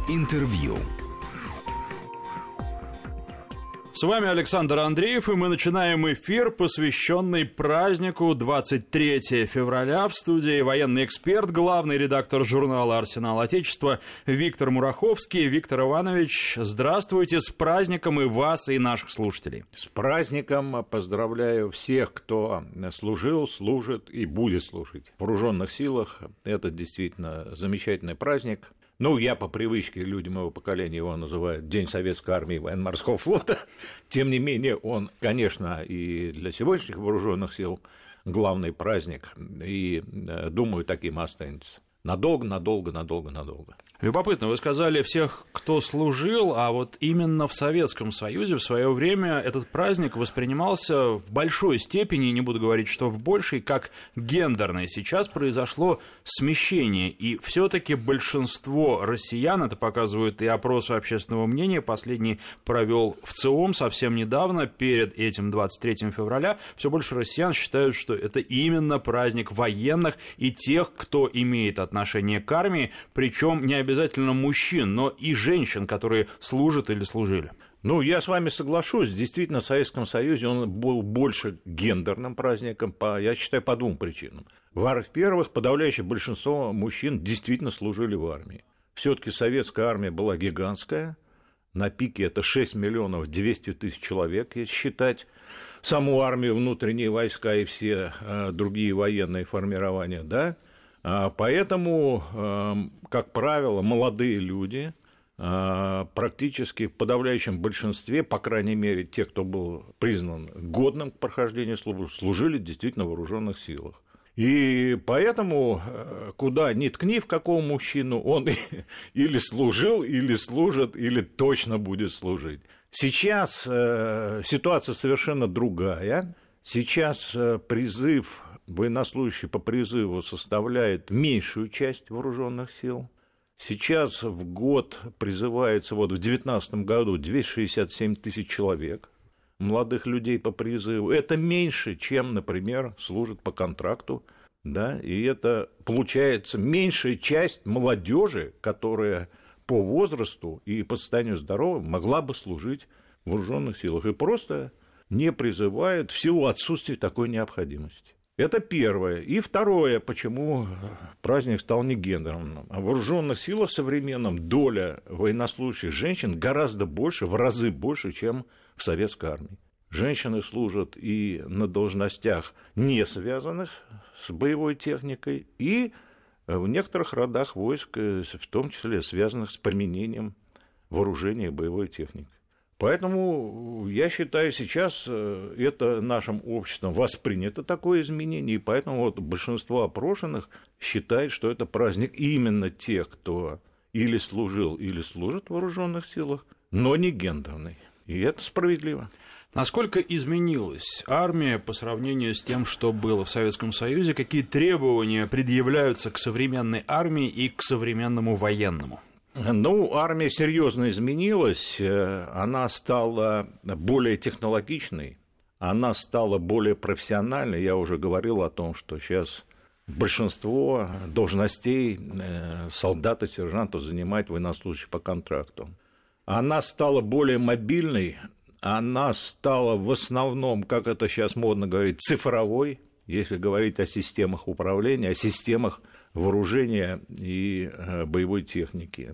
Интервью. С вами Александр Андреев, и мы начинаем эфир, посвященный празднику 23 февраля. В студии военный эксперт, главный редактор журнала «Арсенал Отечества» Виктор Мураховский. Виктор Иванович, здравствуйте, с праздником и вас, и наших слушателей. С праздником поздравляю всех, кто служил, служит и будет служить в вооруженных силах. Это действительно замечательный праздник. Я по привычке, люди моего поколения его называют День Советской Армии и Военно-Морского флота. Тем не менее, он, конечно, и для сегодняшних вооруженных сил главный праздник. И, думаю, таким останется. Надолго. Любопытно, вы сказали всех, кто служил, а вот именно в Советском Союзе в свое время этот праздник воспринимался в большой степени, не буду говорить, что в большей, как гендерный. Сейчас произошло смещение, и все-таки большинство россиян, это показывают и опросы общественного мнения, последний провел в ЦИОМ совсем недавно, перед этим 23 февраля, все больше россиян считают, что это именно праздник военных и тех, кто имеет отношение к армии, причем не обязательно мужчин, но и женщин, которые служат или служили. Я с вами соглашусь. Действительно, в Советском Союзе он был больше гендерным праздником, я считаю, по двум причинам. Во-первых, подавляющее большинство мужчин действительно служили в армии. Все-таки советская армия была гигантская. На пике это 6 миллионов 200 тысяч человек, если считать саму армию, внутренние войска и все другие военные формирования, да? Поэтому, как правило, молодые люди практически в подавляющем большинстве, по крайней мере, те, кто был признан годным к прохождению службы, служили действительно в вооруженных силах. И поэтому, куда ни ткни, в какого мужчину, он или служил, или служит, или точно будет служить. Сейчас ситуация совершенно другая. Сейчас призыв военнослужащий по призыву составляет меньшую часть вооруженных сил. Сейчас в год призывается, в 2019 году 267 тысяч человек, молодых людей по призыву. Это меньше, чем, например, служат по контракту. Да? И это, получается, меньшая часть молодежи, которая по возрасту и по состоянию здоровья могла бы служить в вооруженных силах. И просто не призывают в силу отсутствия такой необходимости. Это первое. И второе, почему праздник стал не гендерным. В вооруженных силах современном доля военнослужащих женщин гораздо больше, в разы больше, чем в советской армии. Женщины служат и на должностях, не связанных с боевой техникой, и в некоторых родах войск, в том числе связанных с применением вооружения и боевой техники. Поэтому я считаю, сейчас это нашим обществом воспринято такое изменение, и поэтому большинство опрошенных считает, что это праздник именно тех, кто или служил, или служит в вооруженных силах, но не гендерный. И это справедливо. Насколько изменилась армия по сравнению с тем, что было в Советском Союзе? Какие требования предъявляются к современной армии и к современному военному? Армия серьезно изменилась, она стала более технологичной, она стала более профессиональной. Я уже говорил о том, что сейчас большинство должностей солдат и сержантов занимают военнослужащие по контракту. Она стала более мобильной, она стала в основном, как это сейчас модно говорить, цифровой, если говорить о системах управления, о системах вооружения и боевой техники.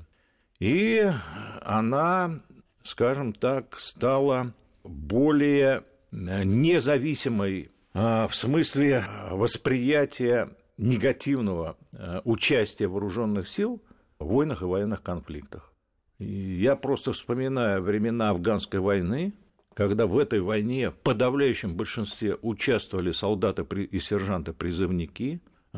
И она, скажем так, стала более независимой в смысле восприятия негативного участия вооруженных сил в войнах и военных конфликтах. И я просто вспоминаю времена афганской войны, когда в этой войне в подавляющем большинстве участвовали солдаты и сержанты-призывники,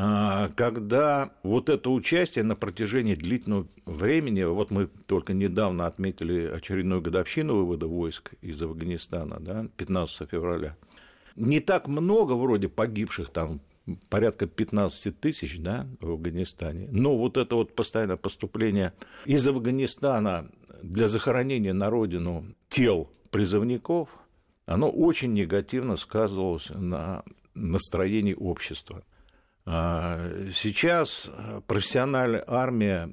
когда это участие на протяжении длительного времени, мы только недавно отметили очередную годовщину вывода войск из Афганистана, 15 февраля, не так много вроде погибших, там порядка 15 тысяч, в Афганистане, но это постоянное поступление из Афганистана для захоронения на родину тел призывников, оно очень негативно сказывалось на настроении общества. Сейчас профессиональная армия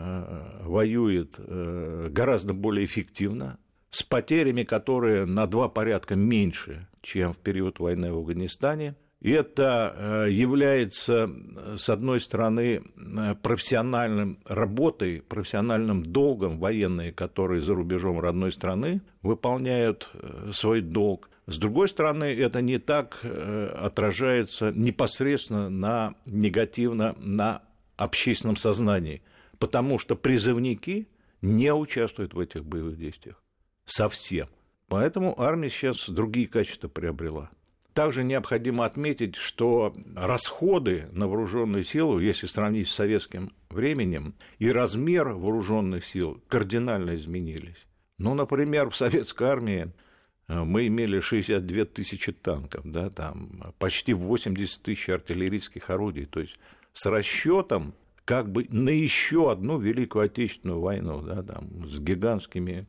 воюет гораздо более эффективно, с потерями, которые на 2 порядка меньше, чем в период войны в Афганистане. И это является, с одной стороны, профессиональной работой, профессиональным долгом военные, которые за рубежом родной страны выполняют свой долг. С другой стороны, это не так отражается непосредственно негативно на общественном сознании, потому что призывники не участвуют в этих боевых действиях совсем. Поэтому армия сейчас другие качества приобрела. Также необходимо отметить, что расходы на вооруженные силы, если сравнить с советским временем, и размер вооруженных сил кардинально изменились. Ну, например, в советской армии мы имели 62 тысячи танков, да, там, почти 80 тысяч артиллерийских орудий. То есть с расчетом как бы на еще одну Великую Отечественную войну, да, там, с гигантскими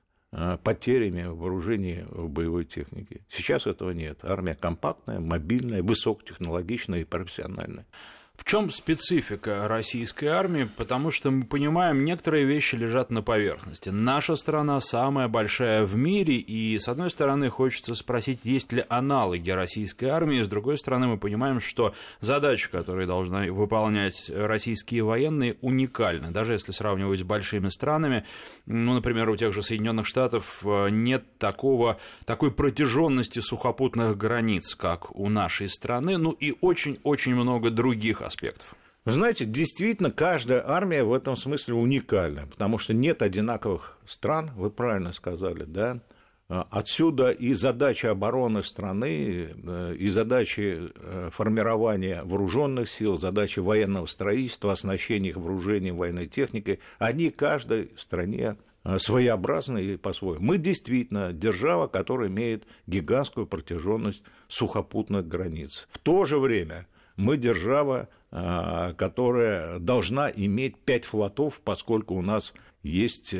потерями в вооружении, в боевой технике. Сейчас этого нет. Армия компактная, мобильная, высокотехнологичная и профессиональная. В чем специфика российской армии? Потому что мы понимаем, некоторые вещи лежат на поверхности. Наша страна самая большая в мире, и, с одной стороны, хочется спросить, есть ли аналоги российской армии, с другой стороны, мы понимаем, что задачи, которые должны выполнять российские военные, уникальны. Даже если сравнивать с большими странами, ну, например, у тех же Соединенных Штатов нет такой протяженности сухопутных границ, как у нашей страны, ну и очень-очень много других аспектов. Вы знаете, действительно, каждая армия в этом смысле уникальна, потому что нет одинаковых стран, вы правильно сказали, да? Отсюда и задача обороны страны, и задачи формирования вооруженных сил, задачи военного строительства, оснащения их вооружением, военной техникой, они каждой стране своеобразны и по-своему. Мы действительно держава, которая имеет гигантскую протяженность сухопутных границ. В то же время мы держава, которая должна иметь 5 флотов, поскольку у нас есть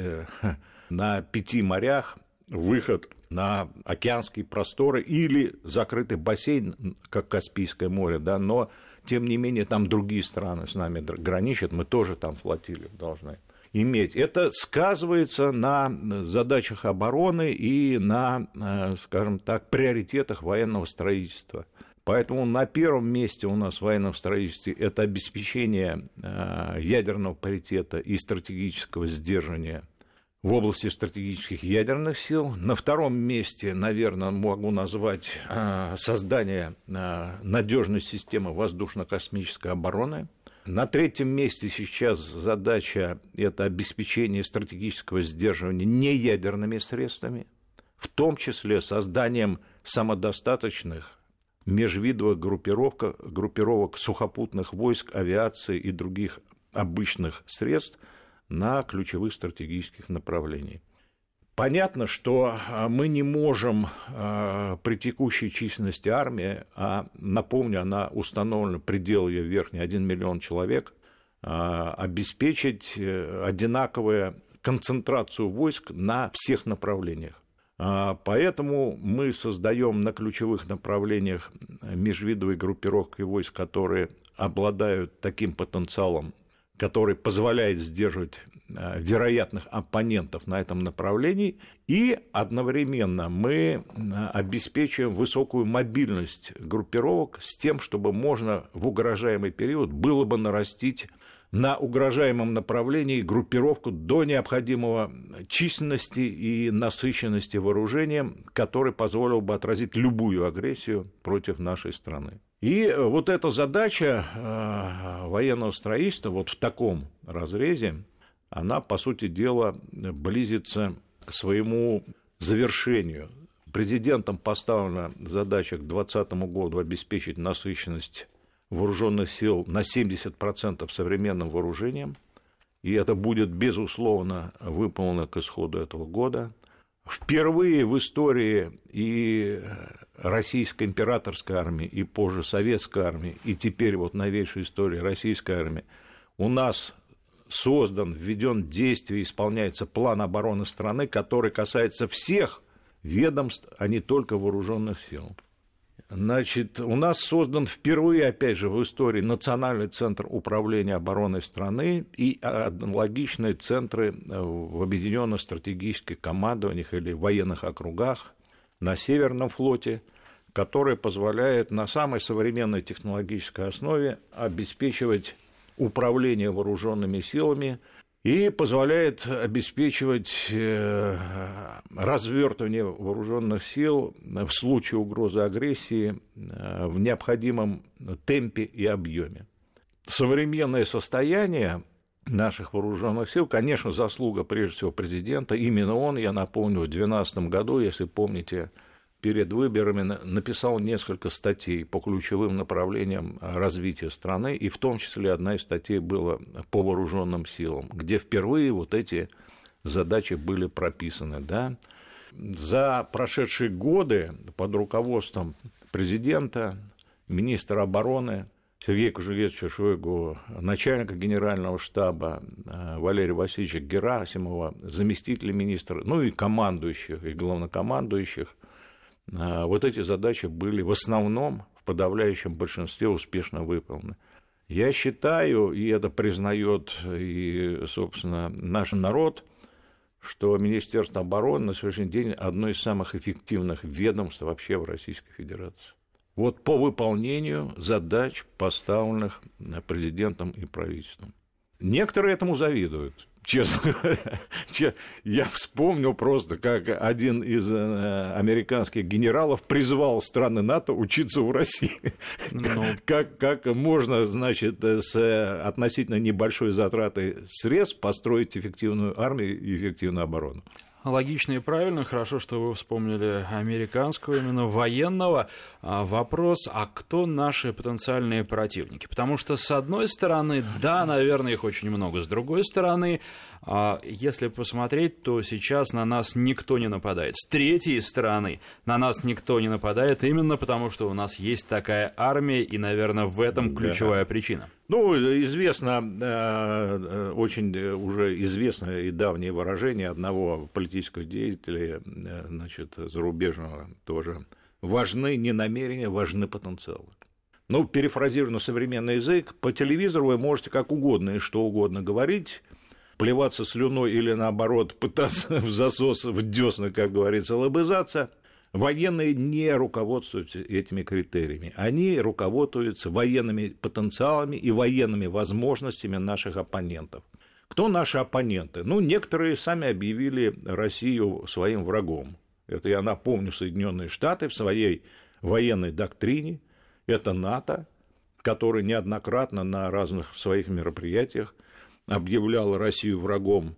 на 5 морях выход на океанские просторы или закрытый бассейн, как Каспийское море, да, но, тем не менее, там другие страны с нами граничат, мы тоже там флотилию должны иметь. Это сказывается на задачах обороны и на, скажем так, приоритетах военного строительства. Поэтому на первом месте у нас в военном строительстве это обеспечение ядерного паритета и стратегического сдерживания в области стратегических ядерных сил. На втором месте, наверное, могу назвать создание надежной системы воздушно-космической обороны. На третьем месте сейчас задача – это обеспечение стратегического сдерживания неядерными средствами, в том числе созданием самодостаточных межвидовых группировок сухопутных войск, авиации и других обычных средств на ключевых стратегических направлениях. Понятно, что мы не можем при текущей численности армии, а, напомню, она установлена, предел ее верхний 1 миллион человек, обеспечить одинаковую концентрацию войск на всех направлениях. Поэтому мы создаем на ключевых направлениях межвидовые группировки войск, которые обладают таким потенциалом, который позволяет сдерживать вероятных оппонентов на этом направлении, и одновременно мы обеспечиваем высокую мобильность группировок с тем, чтобы можно в угрожаемый период было бы нарастить на угрожаемом направлении группировку до необходимого численности и насыщенности вооружением, который позволил бы отразить любую агрессию против нашей страны. И вот эта задача военного строительства вот в таком разрезе, она, по сути дела, близится к своему завершению. Президентом поставлена задача к 2020 году обеспечить насыщенность вооруженных сил на 70% современным вооружением, и это будет, безусловно, выполнено к исходу этого года. Впервые в истории и российской императорской армии, и позже советской армии, и теперь вот новейшей истории российской армии у нас создан, введен в действие, исполняется план обороны страны, который касается всех ведомств, а не только вооруженных сил. Значит, у нас создан впервые, опять же, в истории Национальный центр управления обороной страны и аналогичные центры в объединенных стратегических командованиях или военных округах на Северном флоте, которые позволяют на самой современной технологической основе обеспечивать управление вооруженными силами и позволяет обеспечивать развертывание вооруженных сил в случае угрозы агрессии в необходимом темпе и объеме. Современное состояние наших вооруженных сил, конечно, заслуга прежде всего президента. Именно он, я напомню, в 2012 году, если помните, перед выборами написал несколько статей по ключевым направлениям развития страны, и в том числе одна из статей была по вооруженным силам, где впервые вот эти задачи были прописаны. Да? За прошедшие годы под руководством президента, министра обороны Сергея Кужугетовича Шойгу, начальника генерального штаба Валерия Васильевича Герасимова, заместителя министра, ну и командующих, и главнокомандующих, вот эти задачи были в основном, в подавляющем большинстве успешно выполнены. Я считаю, и это признает и, собственно, наш народ, что Министерство обороны на сегодняшний день одно из самых эффективных ведомств вообще в Российской Федерации. Вот по выполнению задач, поставленных президентом и правительством. Некоторые этому завидуют. Честно говоря, я вспомнил просто, как один из американских генералов призвал страны НАТО учиться в России. Как можно, значит, с относительно небольшой затратой средств построить эффективную армию и эффективную оборону. Логично и правильно. Хорошо, что вы вспомнили американского, именно военного. Вопрос, а кто наши потенциальные противники? Потому что, с одной стороны, да, наверное, их очень много. С другой стороны, если посмотреть, то сейчас на нас никто не нападает. С третьей стороны, на нас никто не нападает именно потому, что у нас есть такая армия, и, наверное, в этом ключевая причина. Ну, известно, очень уже известное и давнее выражение одного политического деятеля, значит, зарубежного тоже. Важны не намерения, важны потенциалы. Ну, перефразируя на современный язык, по телевизору вы можете как угодно и что угодно говорить, плеваться слюной или, наоборот, пытаться в засос, в десны, как говорится, лобызаться. Военные не руководствуются этими критериями. Они руководствуются военными потенциалами и военными возможностями наших оппонентов. Кто наши оппоненты? Ну, некоторые сами объявили Россию своим врагом. Это я напомню, Соединенные Штаты в своей военной доктрине. Это НАТО, который неоднократно на разных своих мероприятиях объявлял Россию врагом.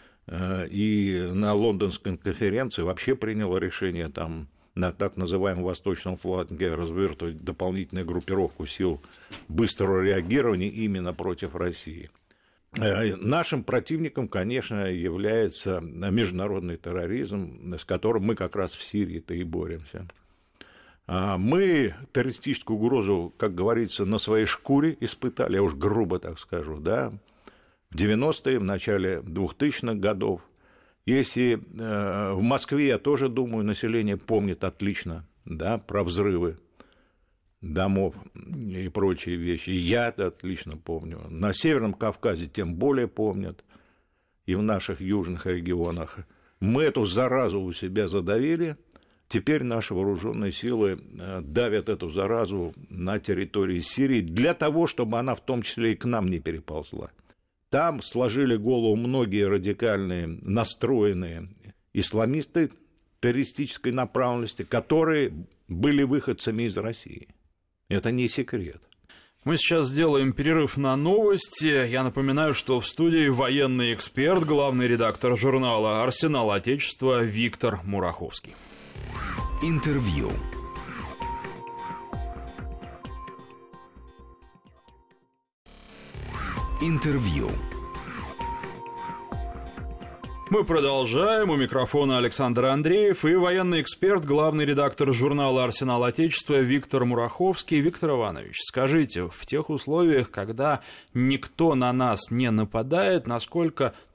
И на лондонской конференции вообще приняло решение там на так называемом восточном фланге развертывать дополнительную группировку сил быстрого реагирования именно против России. Нашим противником, конечно, является международный терроризм, с которым мы как раз в Сирии-то и боремся. Мы террористическую угрозу, как говорится, на своей шкуре испытали, я уж грубо так скажу, да, в 90-е, в начале 2000-х годов. Если в Москве, я тоже думаю, население помнит отлично, да, про взрывы домов и прочие вещи. И я это отлично помню. На Северном Кавказе тем более помнят, и в наших южных регионах. Мы эту заразу у себя задавили. Теперь наши вооруженные силы давят эту заразу на территории Сирии для того, чтобы она в том числе и к нам не переползла. Там сложили голову многие радикальные, настроенные исламисты террористической направленности, которые были выходцами из России. Это не секрет. Мы сейчас сделаем перерыв на новости. Я напоминаю, что в студии военный эксперт, главный редактор журнала «Арсенал Отечества» Виктор Мураховский. Интервью. Интервью. Мы продолжаем. У микрофона Александр Андреев и военный эксперт, главный редактор журнала «Арсенал Отечества» Виктор Мураховский. Виктор Иванович, скажите, в тех условиях, когда никто на нас не нападает, насколько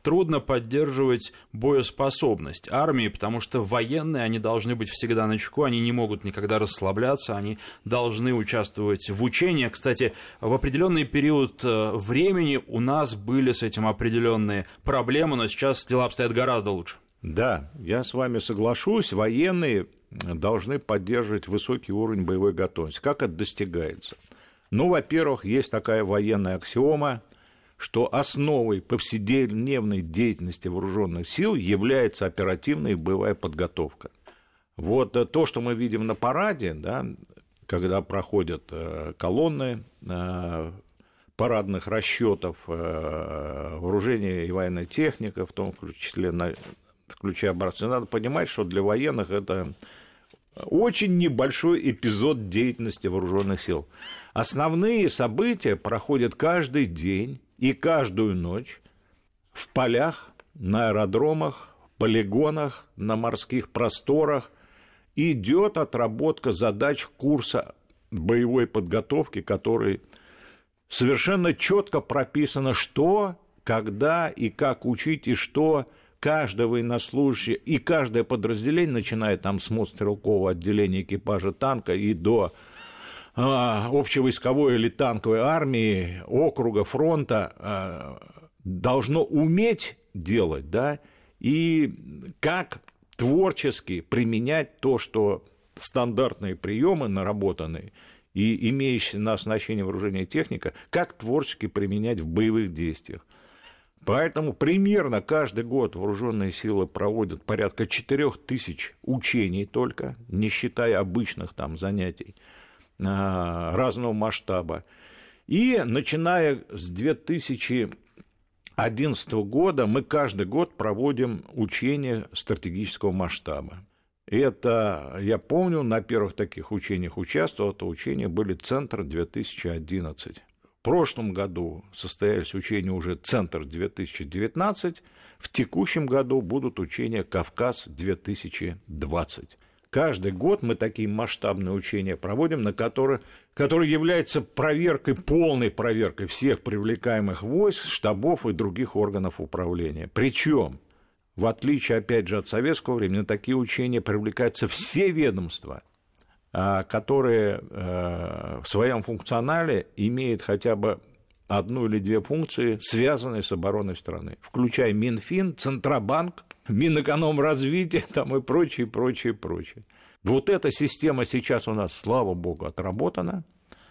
трудно поддерживать боеспособность армии, потому что военные, они должны быть всегда начеку, они не могут никогда расслабляться, они должны участвовать в учениях. Кстати, в определенный период времени у нас были с этим определенные проблемы, но сейчас дела обстоят гораздо лучше. Да, я с вами соглашусь, военные должны поддерживать высокий уровень боевой готовности. Как это достигается? Ну, во-первых, есть такая военная аксиома, что основой повседневной деятельности вооруженных сил является оперативная и боевая подготовка. Вот то, что мы видим на параде, да, когда проходят колонны парадных расчетов, вооружения и военная техника, в том числе включая образцы, надо понимать, что для военных это очень небольшой эпизод деятельности вооруженных сил. Основные события проходят каждый день и каждую ночь в полях, на аэродромах, полигонах, на морских просторах. Идет отработка задач курса боевой подготовки, который совершенно четко прописано, что, когда и как учить, и что каждый военнослужащий и каждое подразделение, начиная там с мотострелкового отделения экипажа танка и до общевойсковой или танковой армии, округа, фронта, должно уметь делать, да, и как творчески применять то, что стандартные приемы наработанные и имеющие на оснащение вооружения техника, как творчески применять в боевых действиях. Поэтому примерно каждый год вооруженные силы проводят порядка 4000 учений только, не считая обычных там занятий разного масштаба. И начиная с 2011 года мы каждый год проводим учения стратегического масштаба. Это, я помню, на первых таких учениях участвовал, это учения были «Центр-2011». В прошлом году состоялись учения уже «Центр-2019», в текущем году будут учения «Кавказ-2020». Каждый год мы такие масштабные учения проводим, которые являются проверкой, полной проверкой всех привлекаемых войск, штабов и других органов управления. Причем, в отличие, опять же, от советского времени, на такие учения привлекаются все ведомства, которые в своем функционале имеют хотя бы одну или две функции, связанные с обороной страны, включая Минфин, Центробанк, Минэкономразвитие там, и прочее, прочее, прочее. Вот эта система сейчас у нас, слава богу, отработана.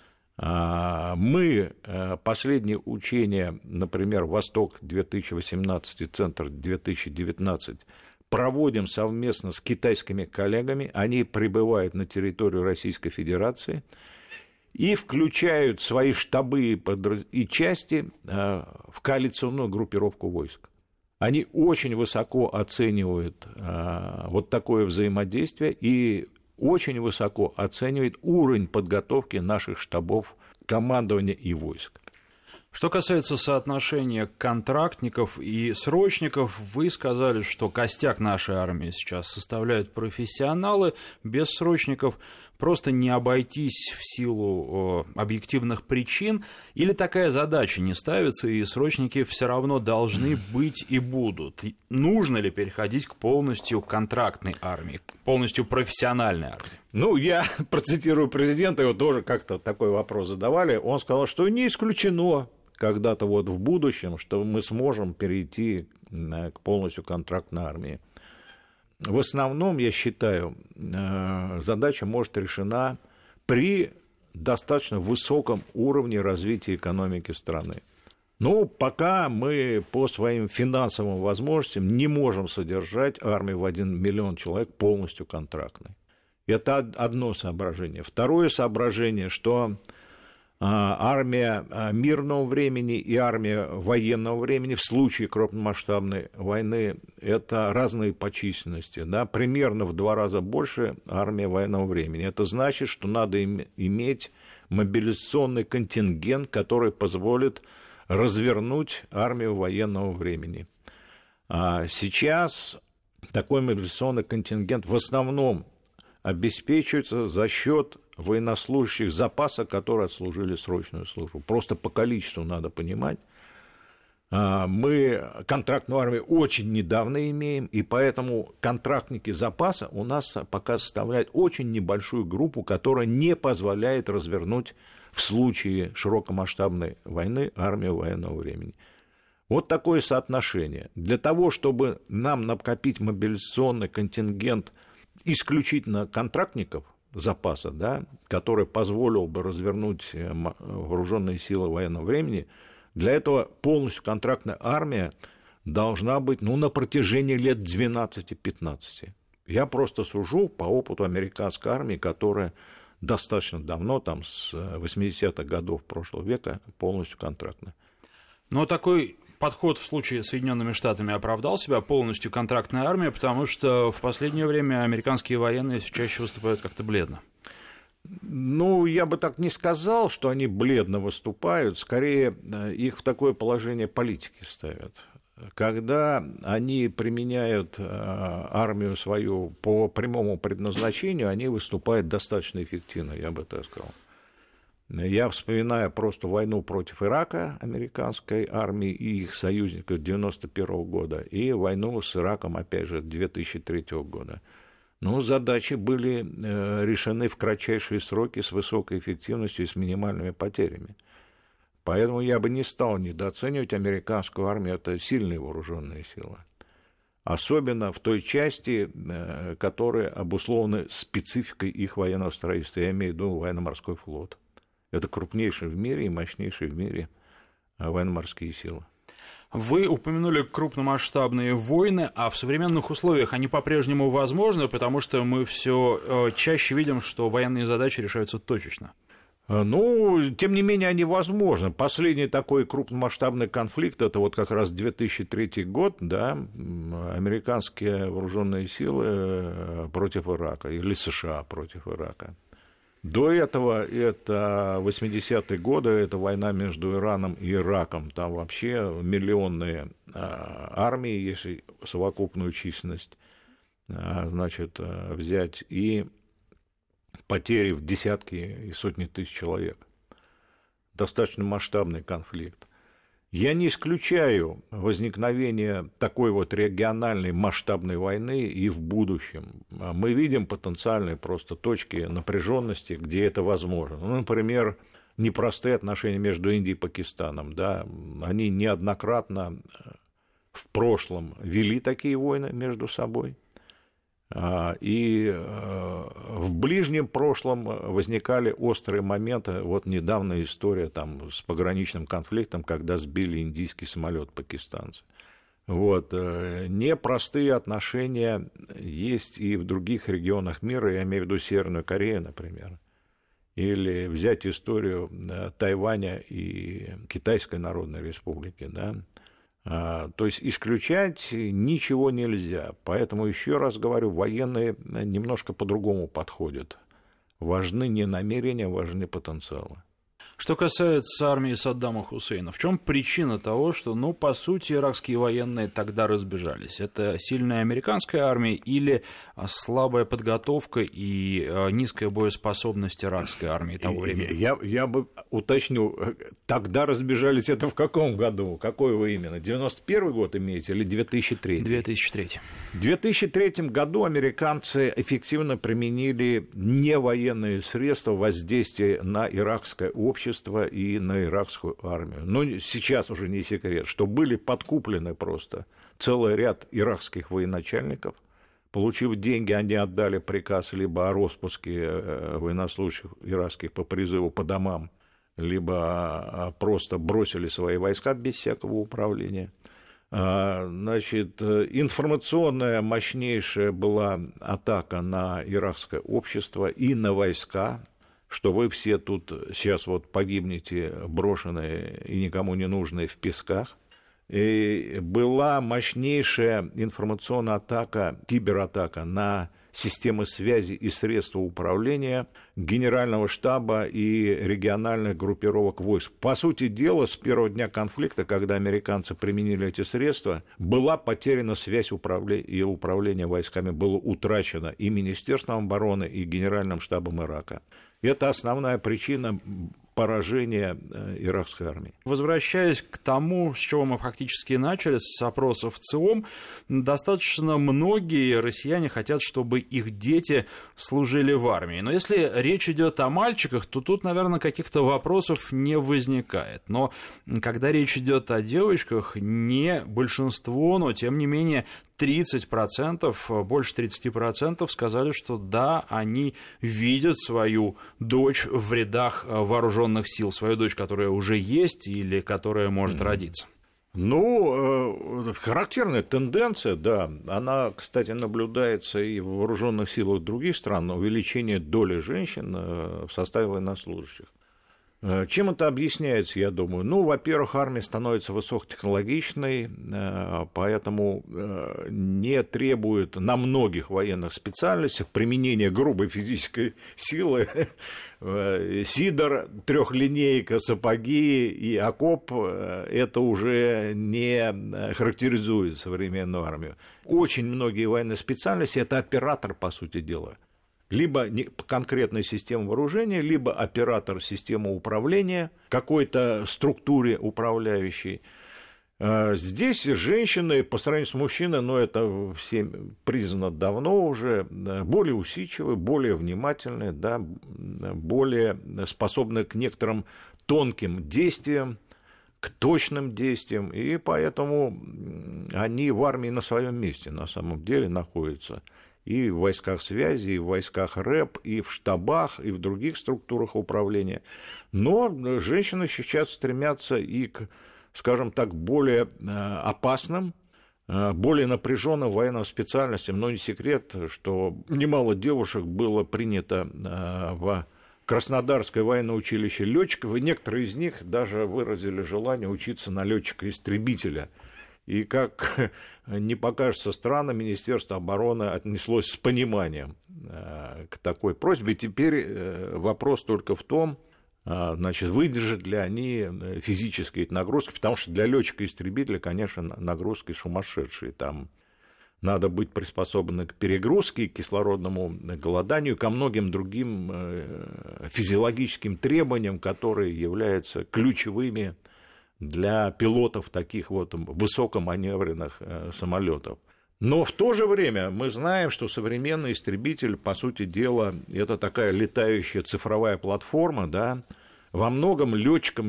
Мы последние учения, например, «Восток-2018» и «Центр-2019» проводим совместно с китайскими коллегами. Они прибывают на территорию Российской Федерации и включают свои штабы и части в коалиционную группировку войск. Они очень высоко оценивают вот такое взаимодействие и очень высоко оценивают уровень подготовки наших штабов, командования и войск. Что касается соотношения контрактников и срочников, вы сказали, что костяк нашей армии сейчас составляют профессионалы, без срочников просто не обойтись в силу объективных причин, или такая задача не ставится, и срочники все равно должны быть и будут? Нужно ли переходить к полностью контрактной армии, полностью профессиональной армии? Ну, я процитирую президента, его тоже как-то такой вопрос задавали, он сказал, что не исключено когда-то вот в будущем, что мы сможем перейти к полностью контрактной армии. В основном, я считаю, задача может решена при достаточно высоком уровне развития экономики страны. Но пока мы по своим финансовым возможностям не можем содержать армию в 1 миллион человек полностью контрактной. Это одно соображение. Второе соображение, что армия мирного времени и армия военного времени в случае крупномасштабной войны – это разные по численности. Да? Примерно в 2 раза больше армия военного времени. Это значит, что надо иметь мобилизационный контингент, который позволит развернуть армию военного времени. Сейчас такой мобилизационный контингент в основном обеспечивается за счет военнослужащих запаса, которые отслужили срочную службу. Просто по количеству надо понимать. Мы контрактную армию очень недавно имеем, и поэтому контрактники запаса у нас пока составляют очень небольшую группу, которая не позволяет развернуть в случае широкомасштабной войны армию военного времени. Вот такое соотношение. Для того, чтобы нам накопить мобилизационный контингент исключительно контрактников запаса, да, который позволил бы развернуть вооруженные силы военного времени, для этого полностью контрактная армия должна быть на протяжении лет 12-15. Я просто сужу по опыту американской армии, которая достаточно давно, там, с 80-х годов прошлого века, полностью контрактная. Но такой подход в случае с Соединенными Штатами оправдал себя, полностью контрактная армия, потому что в последнее время американские военные чаще выступают как-то бледно. Я бы так не сказал, что они бледно выступают, скорее их в такое положение политики ставят. Когда они применяют армию свою по прямому предназначению, они выступают достаточно эффективно, я бы так сказал. Я вспоминаю просто войну против Ирака американской армии и их союзников 1991 года, и войну с Ираком, опять же, 2003 года. Задачи были решены в кратчайшие сроки с высокой эффективностью и с минимальными потерями. Поэтому я бы не стал недооценивать американскую армию, это сильные вооруженные силы. Особенно в той части, которая обусловлена спецификой их военного строительства, я имею в виду военно-морской флот. Это крупнейший в мире и мощнейший в мире военно-морские силы. Вы упомянули крупномасштабные войны, а в современных условиях они по-прежнему возможны, потому что мы все чаще видим, что военные задачи решаются точечно. Тем не менее, они возможны. Последний такой крупномасштабный конфликт, это вот как раз 2003 год, да, американские вооруженные силы против Ирака, или США против Ирака. До этого, это 80-е годы, это война между Ираном и Ираком. Там вообще миллионные армии, если совокупную численность, взять, и потери в десятки и сотни тысяч человек. Достаточно масштабный конфликт. Я не исключаю возникновение такой вот региональной масштабной войны и в будущем. Мы видим потенциальные просто точки напряженности, где это возможно. Например, непростые отношения между Индией и Пакистаном. Да? Они неоднократно в прошлом вели такие войны между собой. И в ближнем прошлом возникали острые моменты. Вот недавняя история там, с пограничным конфликтом, когда сбили индийский самолет пакистанцы. Непростые отношения есть и в других регионах мира, я имею в виду Северную Корею, например. Или взять историю Тайваня и Китайской Народной Республики, да. То есть исключать ничего нельзя. Поэтому, еще раз говорю, военные немножко по-другому подходят. Важны не намерения, важны потенциалы. Что касается армии Саддама Хусейна, в чем причина того, что, по сути, иракские военные тогда разбежались? Это сильная американская армия или слабая подготовка и низкая боеспособность иракской армии того времени? Я бы уточнил, тогда разбежались это в каком году? Какой вы именно? 91 год имеете или 2003? 2003. В 2003 году американцы эффективно применили невоенные средства воздействия на иракское общество и на иракскую армию. Но сейчас уже не секрет, что были подкуплены просто целый ряд иракских военачальников. Получив деньги, они отдали приказ либо о распуске военнослужащих иракских по призыву по домам, либо просто бросили свои войска без всякого управления. Информационная мощнейшая была атака на иракское общество и на войска, что вы все тут сейчас погибнете, брошенные и никому не нужные в песках. И была мощнейшая информационная атака, кибератака на системы связи и средства управления Генерального штаба и региональных группировок войск. По сути дела, с первого дня конфликта, когда американцы применили эти средства, была потеряна связь и управление войсками было утрачено и Министерством обороны, и Генеральным штабом Ирака. Это основная причина поражения иракской армии. Возвращаясь к тому, с чего мы фактически начали, с опросов ЦИОМ, достаточно многие россияне хотят, чтобы их дети служили в армии. Но если речь идет о мальчиках, то тут, наверное, каких-то вопросов не возникает. Но когда речь идет о девочках, не большинство, но тем не менее 30%, больше 30% сказали, что да, они видят свою дочь в рядах вооруженных сил, свою дочь, которая уже есть или которая может родиться. Ну, характерная тенденция, да, она, кстати, наблюдается и в вооруженных силах других стран, увеличение доли женщин в составе военнослужащих. Чем это объясняется, я думаю? Ну, во-первых, армия становится высокотехнологичной, поэтому не требует на многих военных специальностях применения грубой физической силы. Сидор, трехлинейка, сапоги и окоп – это уже не характеризует современную армию. Очень многие военные специальности – это оператор, по сути дела. Либо конкретная система вооружения, либо оператор системы управления какой-то структуре управляющей. Здесь женщины, по сравнению с мужчиной, но это всем признано давно уже, более усидчивые, более внимательные, да, более способны к некоторым тонким действиям, к точным действиям, и поэтому они в армии на своем месте на самом деле находятся. И в войсках связи, и в войсках РЭП, и в штабах, и в других структурах управления. Но женщины сейчас стремятся и к, скажем так, более опасным, более напряженным военным специальностям. Но не секрет, что немало девушек было принято в Краснодарское военное училище летчиков, и некоторые из них даже выразили желание учиться на летчика-истребителя. И, как не покажется странно, Министерство обороны отнеслось с пониманием к такой просьбе. Теперь вопрос только в том, значит, выдержат ли они физические нагрузки, потому что для летчика-истребителя, конечно, нагрузки сумасшедшие. Там надо быть приспособленным к перегрузке, к кислородному голоданию, ко многим другим физиологическим требованиям, которые являются ключевыми для пилотов таких вот высокоманевренных самолетов. Но в то же время мы знаем, что современный истребитель, по сути дела, это такая летающая цифровая платформа, да. Во многом летчик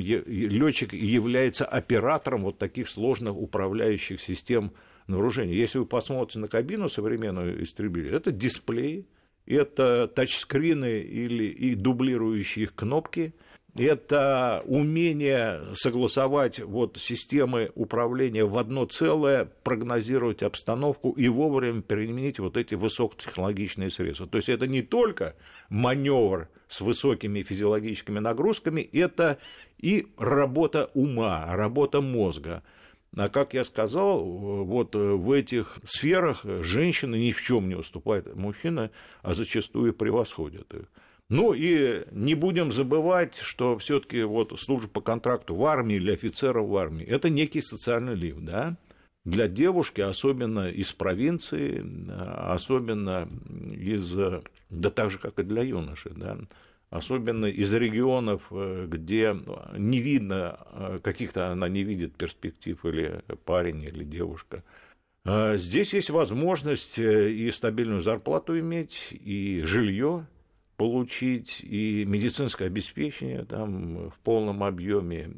является оператором вот таких сложных управляющих систем вооружения. Если вы посмотрите на кабину современного истребителя, это дисплей, это тачскрины и дублирующие их кнопки. Это умение согласовать вот системы управления в одно целое, прогнозировать обстановку и вовремя применить вот эти высокотехнологичные средства. То есть это не только маневр с высокими физиологическими нагрузками, это и работа ума, работа мозга. А как я сказал, вот в этих сферах женщины ни в чем не уступают мужчинам, а зачастую превосходят их. Ну и не будем забывать, что все-таки вот служба по контракту в армии или офицеров в армии – это некий социальный лифт, да? Для девушки, особенно из провинции, особенно из, да так же, как и для юноши, да? Особенно из регионов, где не видно каких-то, она не видит перспектив, или парень, или девушка. Здесь есть возможность и стабильную зарплату иметь, и жилье получить, и медицинское обеспечение там в полном объеме,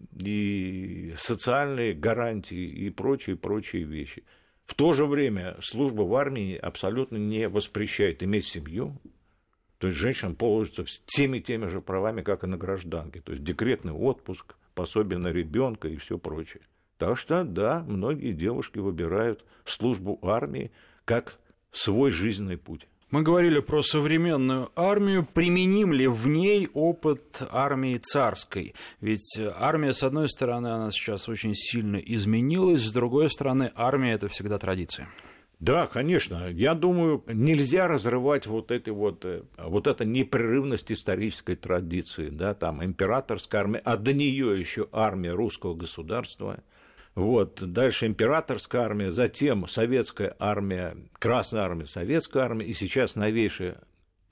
и социальные гарантии, и прочие вещи. В то же время служба в армии абсолютно не воспрещает иметь семью. То есть женщина пользуется всеми теми же правами, как и на гражданке. То есть декретный отпуск, пособие на ребенка и все прочее. Так что, да, многие девушки выбирают службу в армии как свой жизненный путь. Мы говорили про современную армию. Применим ли в ней опыт армии царской? Ведь армия, с одной стороны, она сейчас очень сильно изменилась, с другой стороны, армия – это всегда традиция. Да, конечно. Я думаю, нельзя разрывать вот эту непрерывность исторической традиции, да, там императорская армия, а до нее еще армия русского государства. Вот, дальше императорская армия, затем советская армия, Красная армия, советская армия, и сейчас новейшая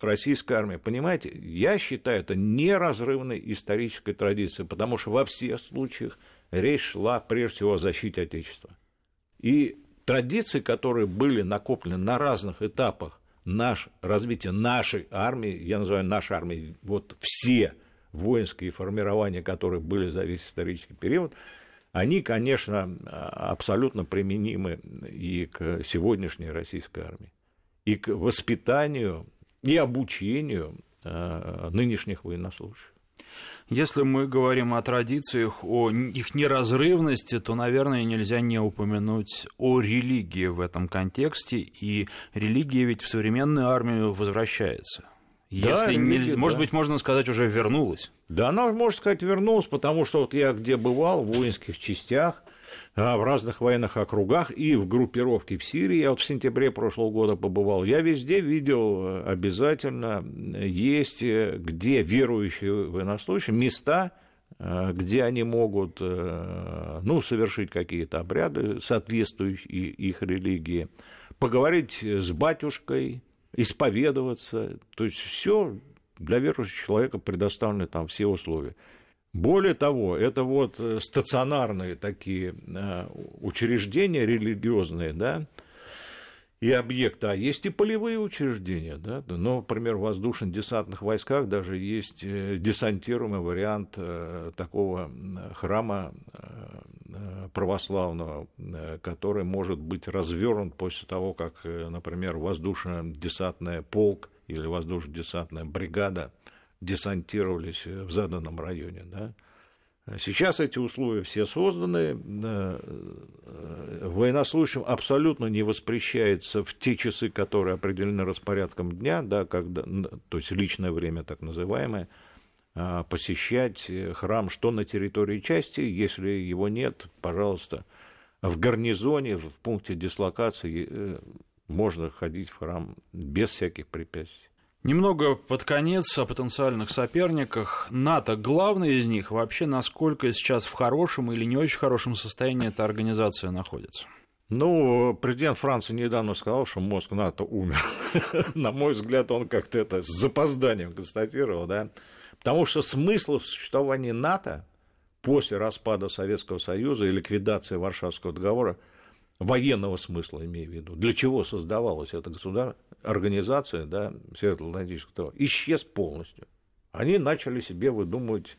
российской армии, понимаете, я считаю, это неразрывной исторической традицией, потому что во всех случаях речь шла прежде всего о защите Отечества. И традиции, которые были накоплены на разных этапах развития нашей армии, я называю нашей армией, вот все воинские формирования, которые были за весь исторический период, они, конечно, абсолютно применимы и к сегодняшней российской армии, и к воспитанию и обучению нынешних военнослужащих. Если мы говорим о традициях, о их неразрывности, то, наверное, нельзя не упомянуть о религии в этом контексте, и религия ведь в современную армию возвращается. Если религия, может быть, можно сказать, уже вернулась. Да, она, можно сказать, вернулась, потому что вот я где бывал, в воинских частях, в разных военных округах и в группировке в Сирии, я вот в сентябре прошлого года побывал, я везде видел обязательно, есть где верующие военнослужащие, места, где они могут совершить какие-то обряды, соответствующие их религии, поговорить с батюшкой, исповедоваться, то есть все для верующего человека предоставлены там все условия. Более того, это вот стационарные такие учреждения религиозные, да, и объекты, а есть и полевые учреждения, да, например, в воздушно-десантных войсках даже есть десантируемый вариант такого храма православного, который может быть развернут после того, как, например, воздушно-десантный полк или воздушно-десантная бригада десантировались в заданном районе. Да. Сейчас эти условия все созданы, военнослужащим абсолютно не воспрещается в те часы, которые определены распорядком дня, да, когда, то есть личное время так называемое, посещать храм что на территории части, если его нет, пожалуйста, в гарнизоне, в пункте дислокации можно ходить в храм без всяких препятствий. Немного под конец о потенциальных соперниках. НАТО, главный из них, вообще насколько сейчас в хорошем или не очень хорошем состоянии эта организация находится? Президент Франции недавно сказал, что мозг НАТО умер. На мой взгляд, он как-то это с запозданием констатировал, да. Потому что смысла в существовании НАТО после распада Советского Союза и ликвидации Варшавского договора, военного смысла, имею в виду, для чего создавалась эта организация, да, Североатлантического договора, исчез полностью. Они начали себе выдумывать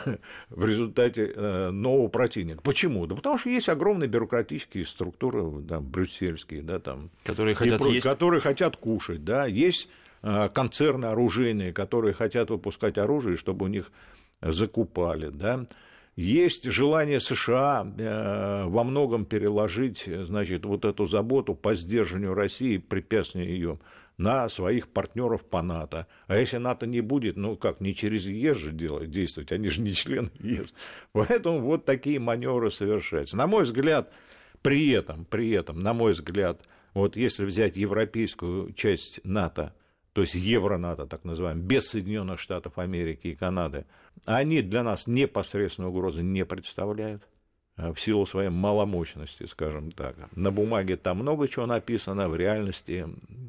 в результате нового противника. Почему? Да потому что есть огромные бюрократические структуры, да, брюссельские, да, там, которые хотят кушать, да, есть концерны оружейные, которые хотят выпускать оружие, чтобы у них закупали, да. Есть желание США во многом переложить, значит, вот эту заботу по сдерживанию России, препятствию ее, на своих партнеров по НАТО. А если НАТО не будет, не через ЕС же действовать, они же не члены ЕС. Поэтому вот такие маневры совершаются. На мой взгляд, при этом, на мой взгляд, вот если взять европейскую часть НАТО, то есть Евро-НАТО, так называемый, без Соединенных Штатов Америки и Канады, они для нас непосредственной угрозы не представляют в силу своей маломощности, скажем так. На бумаге там много чего написано, в реальности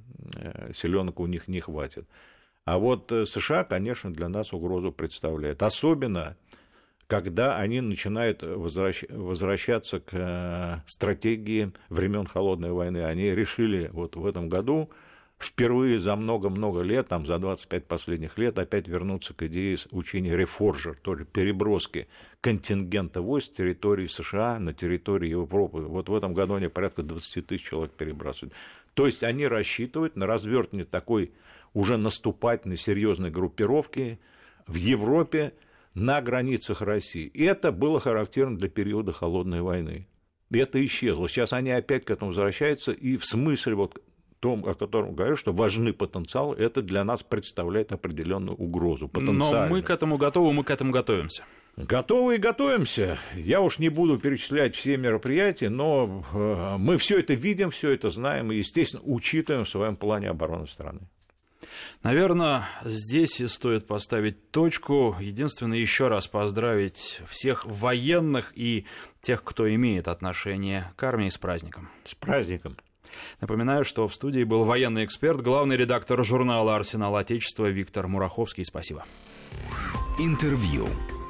селенок у них не хватит. А вот США, конечно, для нас угрозу представляет. Особенно, когда они начинают возвращаться к стратегии времен Холодной войны. Они решили вот в этом году впервые за много-много лет, там, за 25 последних лет, опять вернуться к идее учения рефоржер, то есть переброски контингента войск с территории США на территорию Европы. Вот в этом году они порядка 20 тысяч человек перебрасывают. То есть они рассчитывают на развертывание такой уже наступательной, серьезной группировки в Европе на границах России. И это было характерно для периода Холодной войны. И это исчезло. Сейчас они опять к этому возвращаются, и в смысле вот том, о котором говорю, что важный потенциал, это для нас представляет определенную угрозу. Но мы к этому готовы, мы к этому готовимся. Готовы и готовимся. Я уж не буду перечислять все мероприятия, но мы все это видим, все это знаем и, естественно, учитываем в своем плане обороны страны. Наверное, здесь и стоит поставить точку. Единственное, еще раз поздравить всех военных и тех, кто имеет отношение к армии, с праздником. С праздником. Напоминаю, что в студии был военный эксперт, главный редактор журнала «Арсенал Отечества» Виктор Мураховский. Спасибо. Интервью.